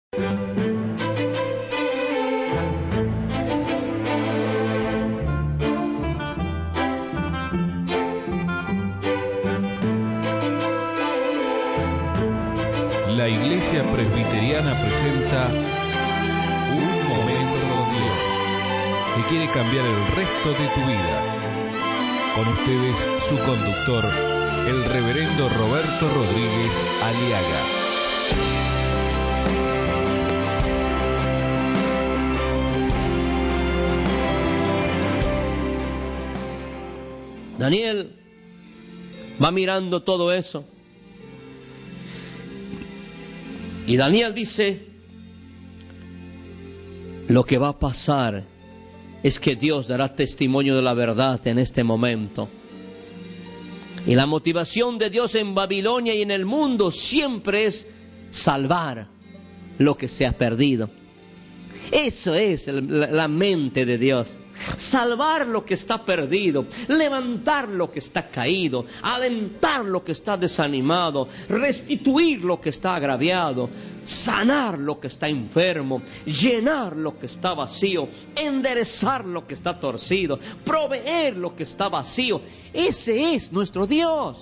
La Iglesia Presbiteriana presenta Un Momento con Dios, que quiere cambiar el resto de tu vida. Con ustedes, su conductor, el reverendo Roberto Rodríguez Aliaga. Daniel va mirando todo eso. Y Daniel dice, lo que va a pasar es que Dios dará testimonio de la verdad en este momento. Y la motivación de Dios en Babilonia y en el mundo siempre es salvar lo que se ha perdido. Eso es la mente de Dios. Salvar lo que está perdido, levantar lo que está caído, alentar lo que está desanimado, restituir lo que está agraviado, sanar lo que está enfermo, llenar lo que está vacío, enderezar lo que está torcido, proveer lo que está vacío. Ese es nuestro Dios.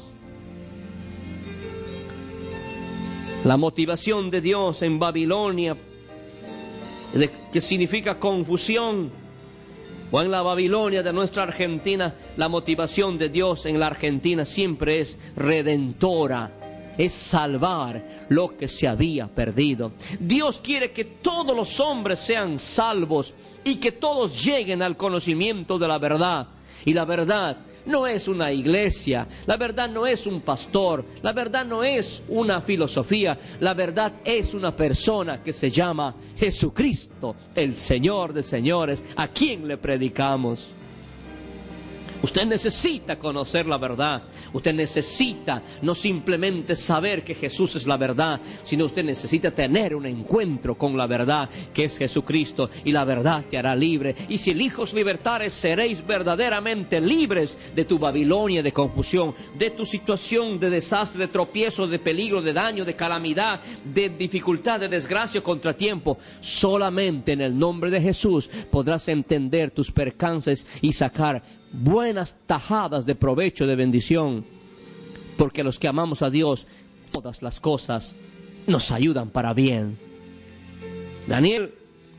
La motivación de Dios en Babilonia, que significa confusión, o en la Babilonia de nuestra Argentina, la motivación de Dios en la Argentina siempre es redentora, es salvar lo que se había perdido. Dios quiere que todos los hombres sean salvos y que todos lleguen al conocimiento de la verdad. Y la verdad no es una iglesia, la verdad no es un pastor, la verdad no es una filosofía, la verdad es una persona que se llama Jesucristo, el Señor de señores, a quien le predicamos. Usted necesita conocer la verdad. Usted necesita no simplemente saber que Jesús es la verdad, sino usted necesita tener un encuentro con la verdad, que es Jesucristo, y la verdad te hará libre. Y si el Hijo os libertares, seréis verdaderamente libres de tu Babilonia de confusión, de tu situación de desastre, de tropiezo, de peligro, de daño, de calamidad, de dificultad, de desgracia o contratiempo. Solamente en el nombre de Jesús podrás entender tus percances y sacar buenas tajadas de provecho, de bendición, porque los que amamos a Dios, todas las cosas nos ayudan para bien. Daniel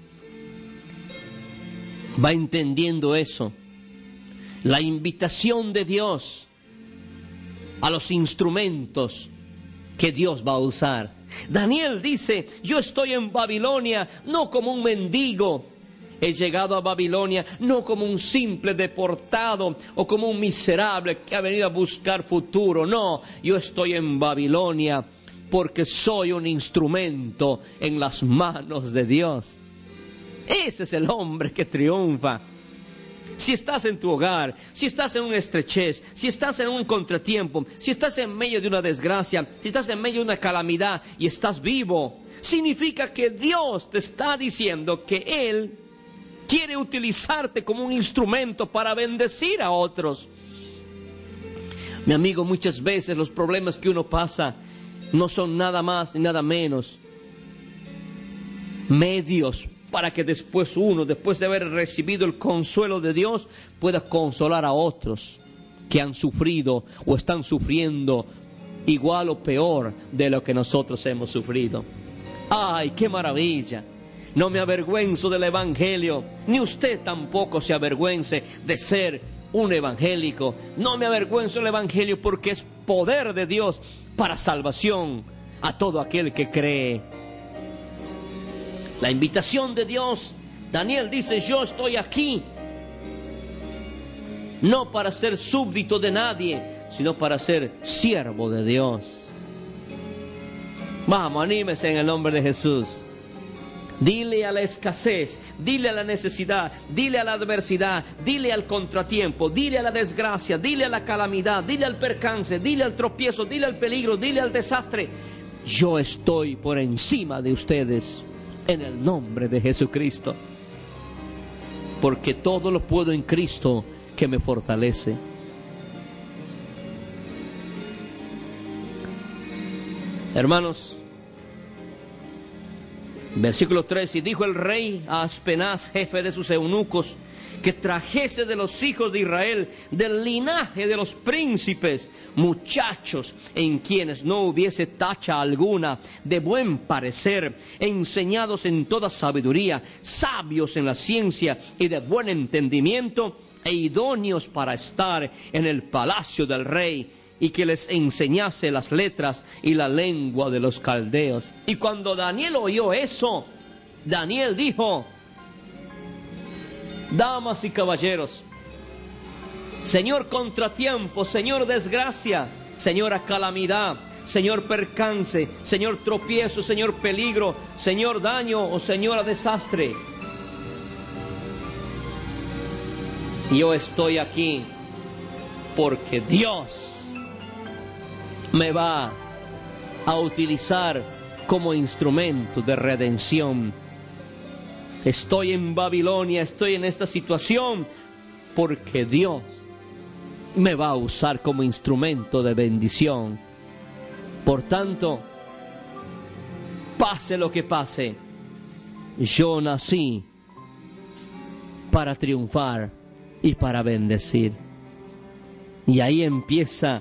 va entendiendo eso, la invitación de Dios a los instrumentos que Dios va a usar. Daniel dice, yo estoy en Babilonia no como un mendigo. He llegado a Babilonia no como un simple deportado o como un miserable que ha venido a buscar futuro. No, yo estoy en Babilonia porque soy un instrumento en las manos de Dios. Ese es el hombre que triunfa. Si estás en tu hogar, si estás en una estrechez, si estás en un contratiempo, si estás en medio de una desgracia, si estás en medio de una calamidad y estás vivo, significa que Dios te está diciendo que Él quiere utilizarte como un instrumento para bendecir a otros. Mi amigo, muchas veces los problemas que uno pasa no son nada más ni nada menos medios para que después uno, después de haber recibido el consuelo de Dios, pueda consolar a otros que han sufrido o están sufriendo igual o peor de lo que nosotros hemos sufrido. ¡Ay, qué maravilla! No me avergüenzo del evangelio, ni usted tampoco se avergüence de ser un evangélico. No me avergüenzo del evangelio porque es poder de Dios para salvación a todo aquel que cree. La invitación de Dios, Daniel dice, yo estoy aquí no para ser súbdito de nadie, sino para ser siervo de Dios. Vamos, anímese en el nombre de Jesús. Dile a la escasez, dile a la necesidad, dile a la adversidad, dile al contratiempo, dile a la desgracia, dile a la calamidad, dile al percance, dile al tropiezo, dile al peligro, dile al desastre. Yo estoy por encima de ustedes en el nombre de Jesucristo, porque todo lo puedo en Cristo que me fortalece. Hermanos, Versículo 3, y dijo el rey a Aspenaz, jefe de sus eunucos, que trajese de los hijos de Israel, del linaje de los príncipes, muchachos en quienes no hubiese tacha alguna, de buen parecer, enseñados en toda sabiduría, sabios en la ciencia y de buen entendimiento, e idóneos para estar en el palacio del rey, y que les enseñase las letras y la lengua de los caldeos. Y cuando Daniel oyó eso, Daniel dijo: damas y caballeros, señor contratiempo, señor desgracia, señora calamidad, señor percance, señor tropiezo, señor peligro, señor daño o señora desastre, yo estoy aquí porque Dios me va a utilizar como instrumento de redención. Estoy en Babilonia, estoy en esta situación porque Dios me va a usar como instrumento de bendición. Por tanto, pase lo que pase, yo nací para triunfar y para bendecir. Y ahí empieza.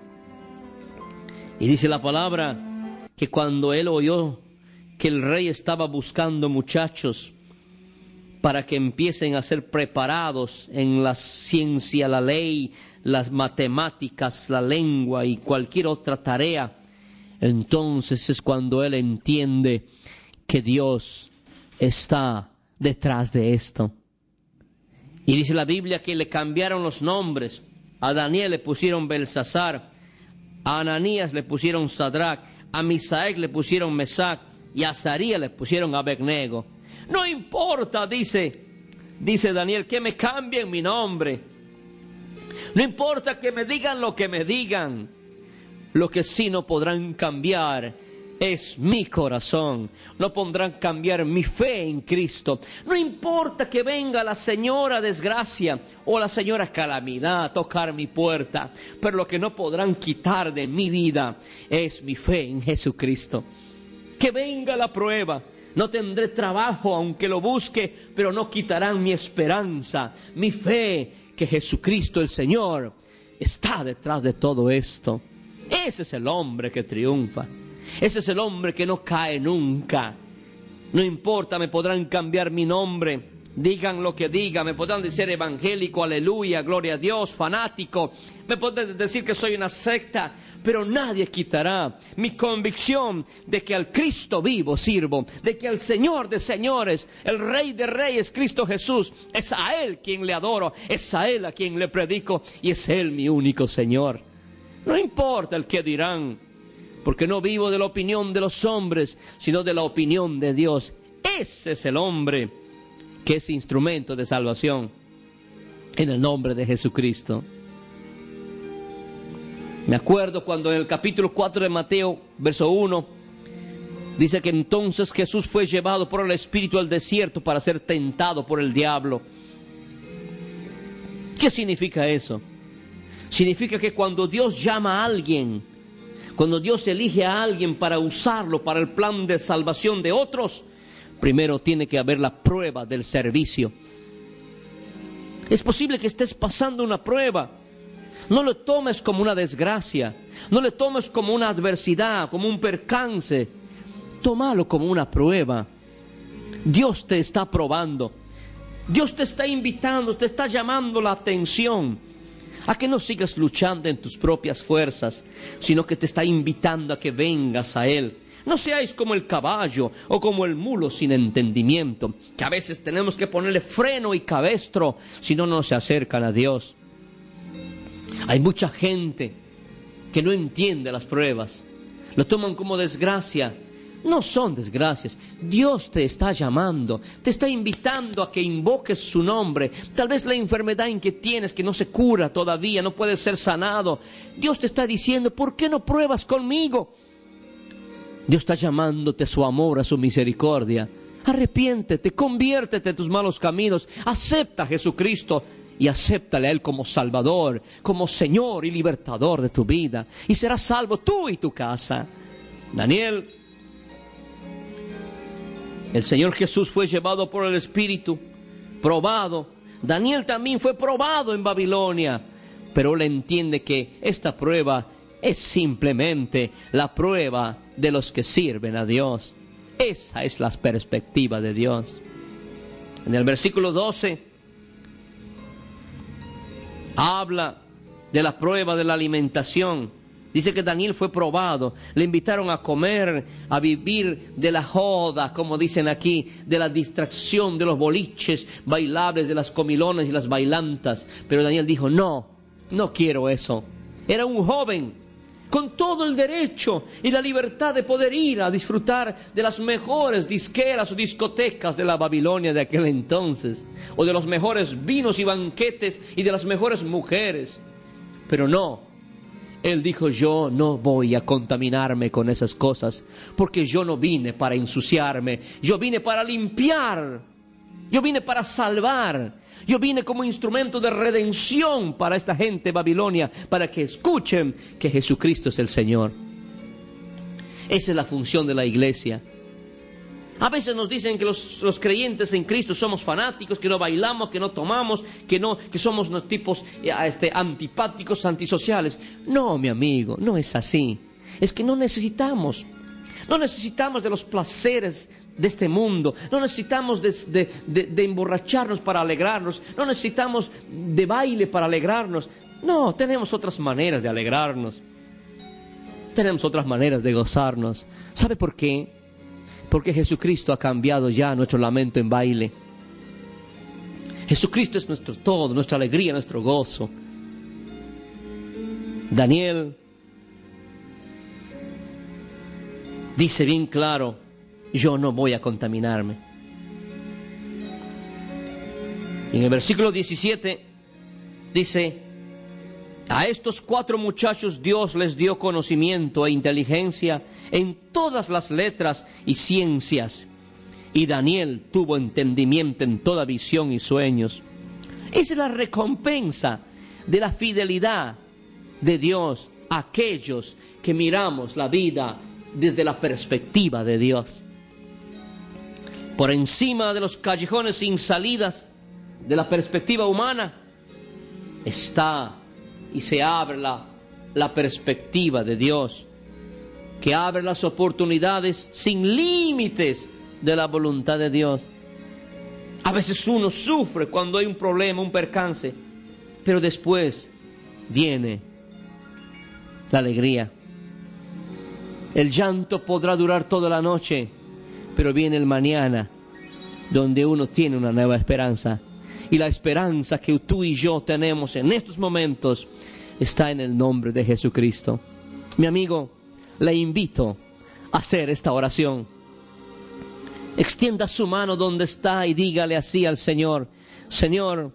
Y dice la palabra que cuando él oyó que el rey estaba buscando muchachos para que empiecen a ser preparados en la ciencia, la ley, las matemáticas, la lengua y cualquier otra tarea, entonces es cuando él entiende que Dios está detrás de esto. Y dice la Biblia que le cambiaron los nombres. A Daniel le pusieron Belsasar, a Ananías le pusieron Sadrach, a Misael le pusieron Mesac y a Azarías le pusieron Abednego. No importa, dice Daniel, que me cambien mi nombre. No importa que me digan lo que me digan. Lo que sí no podrán cambiar es mi corazón. No podrán cambiar mi fe en Cristo. No importa que venga la señora desgracia o la señora calamidad a tocar mi puerta, pero lo que no podrán quitar de mi vida es mi fe en Jesucristo. Que venga la prueba, no tendré trabajo aunque lo busque, pero no quitarán mi esperanza, mi fe que Jesucristo el Señor está detrás de todo esto. Ese es el hombre que triunfa. Ese es el hombre que no cae nunca. No importa, me podrán cambiar mi nombre, digan lo que digan, me podrán decir evangélico, aleluya, gloria a Dios, fanático, me podrán decir que soy una secta, pero nadie quitará mi convicción de que al Cristo vivo sirvo, de que al Señor de señores, el Rey de reyes, Cristo Jesús, es a Él quien le adoro, es a Él a quien le predico y es Él mi único Señor. No importa el que dirán, porque no vivo de la opinión de los hombres, sino de la opinión de Dios. Ese es el hombre que es instrumento de salvación en el nombre de Jesucristo. Me acuerdo cuando en el capítulo 4 de Mateo, verso 1, dice que entonces Jesús fue llevado por el Espíritu al desierto para ser tentado por el diablo. ¿Qué significa eso? Significa que cuando Dios llama a alguien, cuando Dios elige a alguien para usarlo para el plan de salvación de otros, primero tiene que haber la prueba del servicio. Es posible que estés pasando una prueba. No lo tomes como una desgracia. No lo tomes como una adversidad, como un percance. Tómalo como una prueba. Dios te está probando. Dios te está invitando, te está llamando la atención a que no sigas luchando en tus propias fuerzas, sino que te está invitando a que vengas a Él. No seáis como el caballo o como el mulo sin entendimiento, que a veces tenemos que ponerle freno y cabestro, si no se acercan a Dios. Hay mucha gente que no entiende las pruebas, lo toman como desgracia. No son desgracias. Dios te está llamando, te está invitando a que invoques su nombre. Tal vez la enfermedad en que tienes, que no se cura todavía, no puede ser sanado. Dios te está diciendo, ¿por qué no pruebas conmigo? Dios está llamándote a su amor, a su misericordia. Arrepiéntete, conviértete de tus malos caminos, acepta a Jesucristo y acéptale a Él como Salvador, como Señor y Libertador de tu vida. Y serás salvo tú y tu casa. Daniel El Señor Jesús fue llevado por el Espíritu, probado. Daniel también fue probado en Babilonia, pero él entiende que esta prueba es simplemente la prueba de los que sirven a Dios. Esa es la perspectiva de Dios. En el versículo 12 habla de la prueba de la alimentación. Dice que Daniel fue probado, le invitaron a comer, a vivir de la joda, como dicen aquí, de la distracción, de los boliches bailables, de las comilonas y las bailantas. Pero Daniel dijo, no quiero eso. Era un joven con todo el derecho y la libertad de poder ir a disfrutar de las mejores disqueras o discotecas de la Babilonia de aquel entonces, o de los mejores vinos y banquetes y de las mejores mujeres. Pero no. Él dijo, yo no voy a contaminarme con esas cosas, porque yo no vine para ensuciarme, yo vine para limpiar, yo vine para salvar, yo vine como instrumento de redención para esta gente de Babilonia, para que escuchen que Jesucristo es el Señor. Esa es la función de la iglesia. A veces nos dicen que los creyentes en Cristo somos fanáticos, que no bailamos, que no tomamos, que somos unos tipos antipáticos, antisociales. No, mi amigo, no es así. Es que no necesitamos de los placeres de este mundo. No necesitamos de emborracharnos para alegrarnos. No necesitamos de baile para alegrarnos. No, tenemos otras maneras de alegrarnos. Tenemos otras maneras de gozarnos. ¿Sabe por qué? Porque Jesucristo ha cambiado ya nuestro lamento en baile. Jesucristo es nuestro todo, nuestra alegría, nuestro gozo. Daniel dice bien claro, yo no voy a contaminarme. En el versículo 17 dice, a estos 4 muchachos Dios les dio conocimiento e inteligencia en todas las letras y ciencias. Y Daniel tuvo entendimiento en toda visión y sueños. Esa es la recompensa de la fidelidad de Dios a aquellos que miramos la vida desde la perspectiva de Dios. Por encima de los callejones sin salidas de la perspectiva humana está y se abre la perspectiva de Dios, que abre las oportunidades sin límites de la voluntad de Dios. A veces uno sufre cuando hay un problema, un percance, pero después viene la alegría. El llanto podrá durar toda la noche, pero viene el mañana, donde uno tiene una nueva esperanza. Y la esperanza que tú y yo tenemos en estos momentos está en el nombre de Jesucristo. Mi amigo, le invito a hacer esta oración. Extienda su mano donde está y dígale así al Señor: Señor,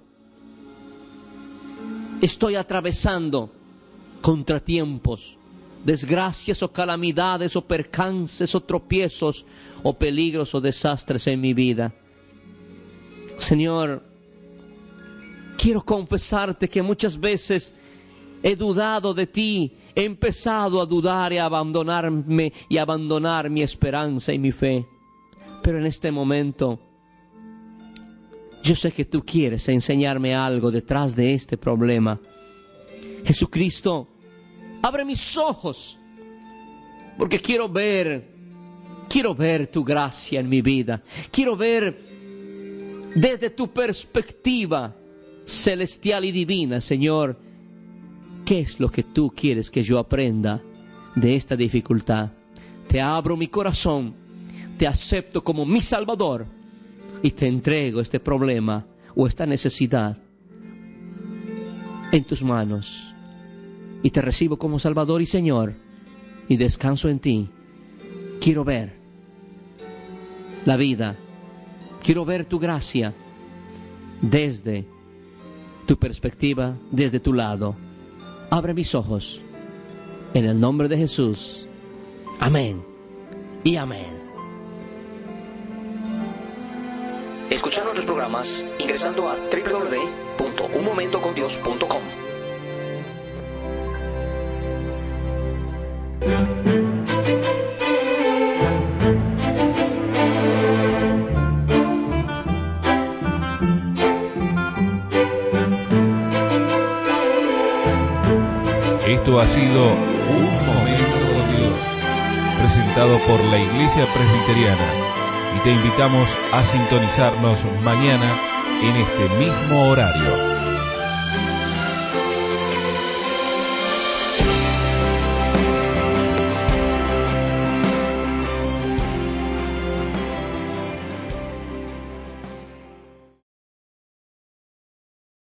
estoy atravesando contratiempos, desgracias o calamidades o percances o tropiezos o peligros o desastres en mi vida. Señor, quiero confesarte que muchas veces he dudado de ti, he empezado a dudar y a abandonarme y a abandonar mi esperanza y mi fe. Pero en este momento, yo sé que tú quieres enseñarme algo detrás de este problema. Jesucristo, abre mis ojos, porque quiero ver tu gracia en mi vida. Quiero ver desde tu perspectiva celestial y divina, Señor, ¿qué es lo que tú quieres que yo aprenda de esta dificultad? Te abro mi corazón, te acepto como mi Salvador y te entrego este problema o esta necesidad en tus manos. Y te recibo como Salvador y Señor y descanso en ti. Quiero ver la vida, quiero ver tu gracia desde tu perspectiva, desde tu lado. Abre mis ojos en el nombre de Jesús. Amén y amén. Escuchar nuestros programas ingresando a www.unmomentocondios.com. Esto ha sido Un Momento con Dios, presentado por la Iglesia Presbiteriana, y te invitamos a sintonizarnos mañana en este mismo horario.